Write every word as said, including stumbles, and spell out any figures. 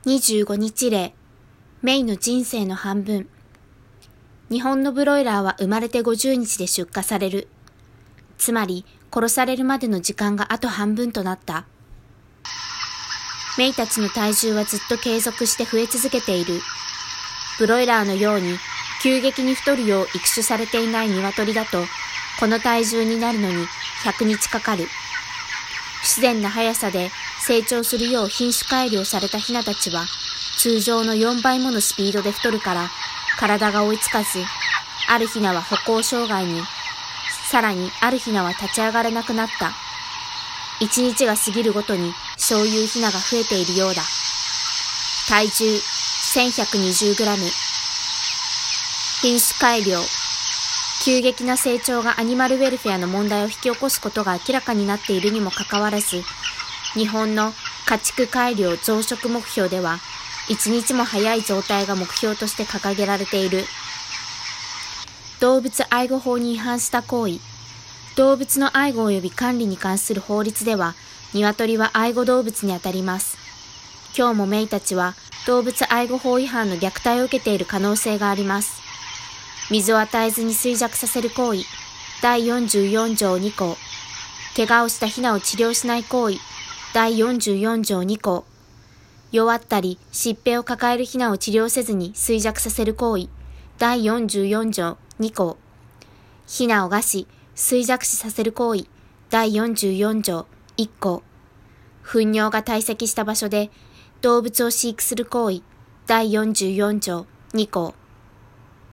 にじゅうごにち例、メイの人生の半分。日本のブロイラーは生まれてごじゅうにちで出荷される。つまり、殺されるまでの時間があと半分となった。メイたちの体重はずっと継続して増え続けている。ブロイラーのように急激に太るよう育種されていない鶏だと、この体重になるのにひゃくにちかかる。不自然な速さで成長するよう品種改良されたヒナたちは、通常のよんばいものスピードで太るから、体が追いつかず、あるヒナは歩行障害に、さらにあるヒナは立ち上がれなくなった。一日が過ぎるごとにそういうヒナが増えているようだ。体重 せんひゃくにじゅうグラム。品種改良。急激な成長がアニマルウェルフェアの問題を引き起こすことが明らかになっているにもかかわらず、日本の家畜改良増殖目標では、一日も早い増体が目標として掲げられている。動物愛護法に違反した行為。動物の愛護及び管理に関する法律では、鶏は愛護動物にあたります。今日もメイたちは動物愛護法違反の虐待を受けている可能性があります。水を与えずに衰弱させる行為。だいよんじゅうよんじょうにこう。怪我をしたヒナを治療しない行為。だいよんじゅうよんじょうにこう。弱ったり疾病を抱えるヒナを治療せずに衰弱させる行為。だいよんじゅうよんじょうにこう。ヒナを餓死、衰弱死させる行為。だいよんじゅうよんじょういっこう。糞尿が堆積した場所で動物を飼育する行為。だいよんじゅうよんじょうにこう。